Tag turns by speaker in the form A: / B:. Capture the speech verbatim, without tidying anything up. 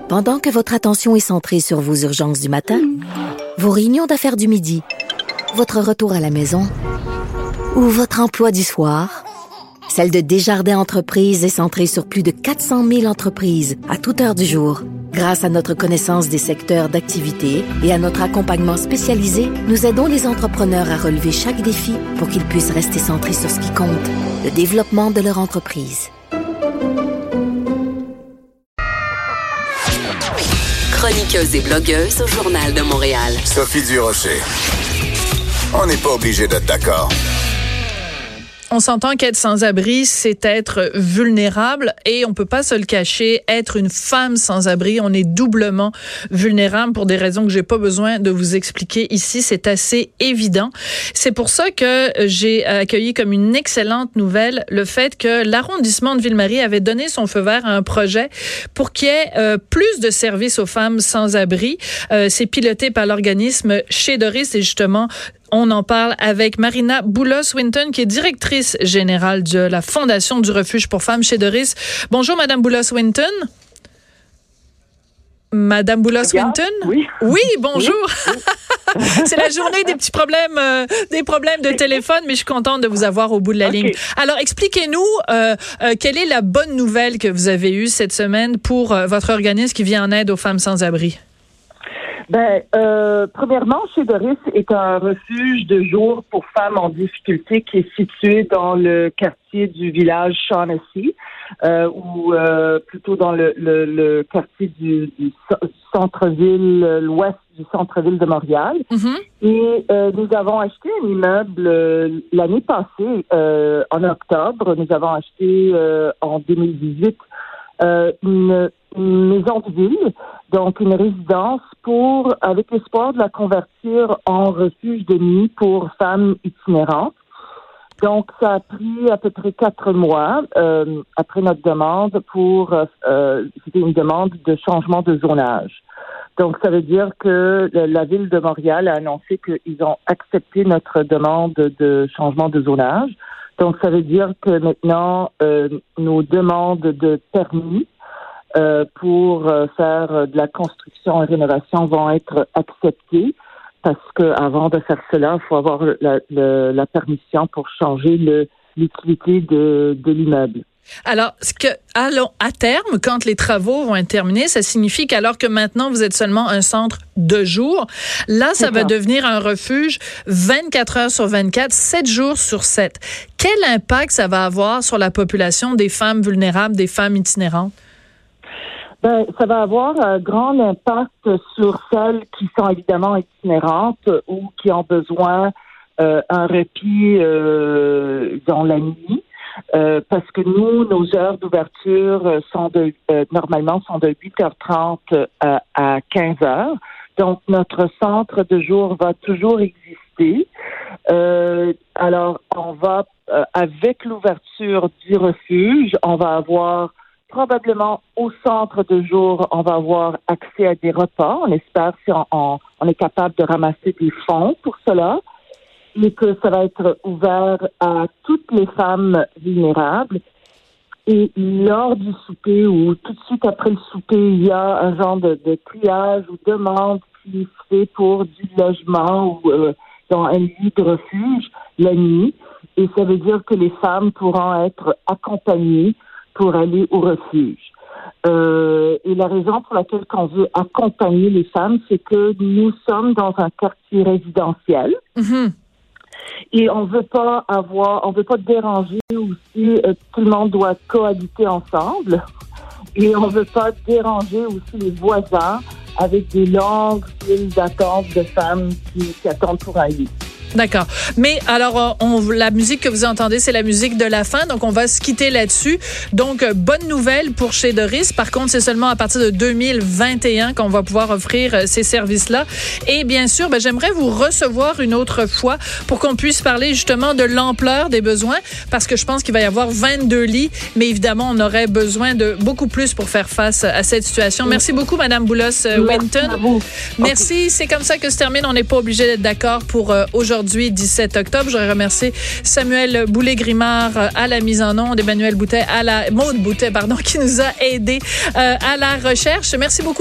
A: Pendant que votre attention est centrée sur vos urgences du matin, vos réunions d'affaires du midi, votre retour à la maison ou votre emploi du soir, celle de Desjardins Entreprises est centrée sur plus de quatre cent mille entreprises à toute heure du jour. Grâce à notre connaissance des secteurs d'activité et à notre accompagnement spécialisé, nous aidons les entrepreneurs à relever chaque défi pour qu'ils puissent rester centrés sur ce qui compte, le développement de leur entreprise.
B: Chroniqueuse et blogueuse au Journal de Montréal.
C: Sophie Durocher. On n'est pas obligé d'être d'accord.
D: On s'entend qu'être sans-abri, c'est être vulnérable et on peut pas se le cacher. Être une femme sans-abri, on est doublement vulnérable pour des raisons que j'ai pas besoin de vous expliquer ici. C'est assez évident. C'est pour ça que j'ai accueilli comme une excellente nouvelle le fait que l'arrondissement de Ville-Marie avait donné son feu vert à un projet pour qu'il y ait euh, plus de services aux femmes sans-abri. Euh, c'est piloté par l'organisme Chez Doris et justement, on en parle avec Marina Boulos-Winton, qui est directrice générale de la Fondation du refuge pour femmes Chez Doris. Bonjour, Madame Boulos-Winton. Madame Boulos-Winton?
E: Oui.
D: Oui, bonjour.
E: Oui. Oui.
D: C'est la journée des petits problèmes, euh, des problèmes de téléphone, mais je suis contente de vous avoir au bout de la
E: okay.
D: ligne. Alors, expliquez-nous, euh, euh, quelle est la bonne nouvelle que vous avez eue cette semaine pour euh, votre organisme qui vient en aide aux femmes sans-abri?
E: Ben, euh, premièrement, Chez Doris est un refuge de jour pour femmes en difficulté qui est situé dans le quartier du village Shaughnessy, euh, ou euh, plutôt dans le, le, le quartier du, du centre-ville, l'ouest du centre-ville de Montréal. Mm-hmm. Et euh, nous avons acheté un immeuble euh, l'année passée, euh, en octobre. Nous avons acheté euh, en deux mille dix-huit euh, une une maison de ville, donc une résidence pour, avec l'espoir de la convertir en refuge de nuit pour femmes itinérantes. Donc, ça a pris à peu près quatre mois euh, après notre demande pour, euh, c'était une demande de changement de zonage. Donc, ça veut dire que la ville de Montréal a annoncé qu'ils ont accepté notre demande de changement de zonage. Donc, ça veut dire que maintenant, euh, nos demandes de permis Euh, pour euh, faire euh, de la construction et rénovation vont être acceptés parce que avant de faire cela, il faut avoir la, la, la permission pour changer le, l'utilité de, de l'immeuble.
D: Alors, ce que, allons, à terme, quand les travaux vont être terminés, ça signifie qu'alors que maintenant vous êtes seulement un centre de jour, là, ça C'est va ça. devenir un refuge vingt-quatre heures sur vingt-quatre, sept jours sur sept. Quel impact ça va avoir sur la population des femmes vulnérables, des femmes itinérantes?
E: Ben, ça va avoir un grand impact sur celles qui sont évidemment itinérantes ou qui ont besoin euh, un répit euh, dans la nuit, euh, parce que nous, nos heures d'ouverture sont de euh, normalement sont de huit heures trente à, à quinze heures. Donc notre centre de jour va toujours exister. Euh, alors on va euh, avec l'ouverture du refuge, on va avoir probablement au centre de jour, on va avoir accès à des repas. On espère si on, on, on est capable de ramasser des fonds pour cela et que ça va être ouvert à toutes les femmes vulnérables. Et lors du souper ou tout de suite après le souper, il y a un genre de, de triage ou demande qui se fait pour du logement ou euh, dans un lit de refuge la nuit. Et ça veut dire que les femmes pourront être accompagnées pour aller au refuge. Euh, et la raison pour laquelle on veut accompagner les femmes, c'est que nous sommes dans un quartier résidentiel. Mm-hmm. Et on veut pas avoir, on veut pas déranger aussi, euh, tout le monde doit cohabiter ensemble. Et on veut pas déranger aussi les voisins avec des longues files d'attente de femmes qui, qui attendent pour un lit.
D: D'accord. Mais alors, on, la musique que vous entendez, c'est la musique de la fin, donc on va se quitter là-dessus. Donc, bonne nouvelle pour Chez Doris. Par contre, c'est seulement à partir de deux mille vingt et un qu'on va pouvoir offrir euh, ces services-là. Et bien sûr, ben, j'aimerais vous recevoir une autre fois pour qu'on puisse parler justement de l'ampleur des besoins, parce que je pense qu'il va y avoir vingt-deux lits, mais évidemment, on aurait besoin de beaucoup plus pour faire face à cette situation. Merci beaucoup, Madame Boulos-Winton. Merci. Okay. C'est comme ça que se termine. On n'est pas obligé d'être d'accord pour euh, aujourd'hui. Aujourd'hui, dix-sept octobre. Je voudrais remercier Samuel Boulay-Grimard à la mise en onde, Emmanuel Boutet à la Maude Boutet, pardon, qui nous a aidés euh, à la recherche. Merci beaucoup.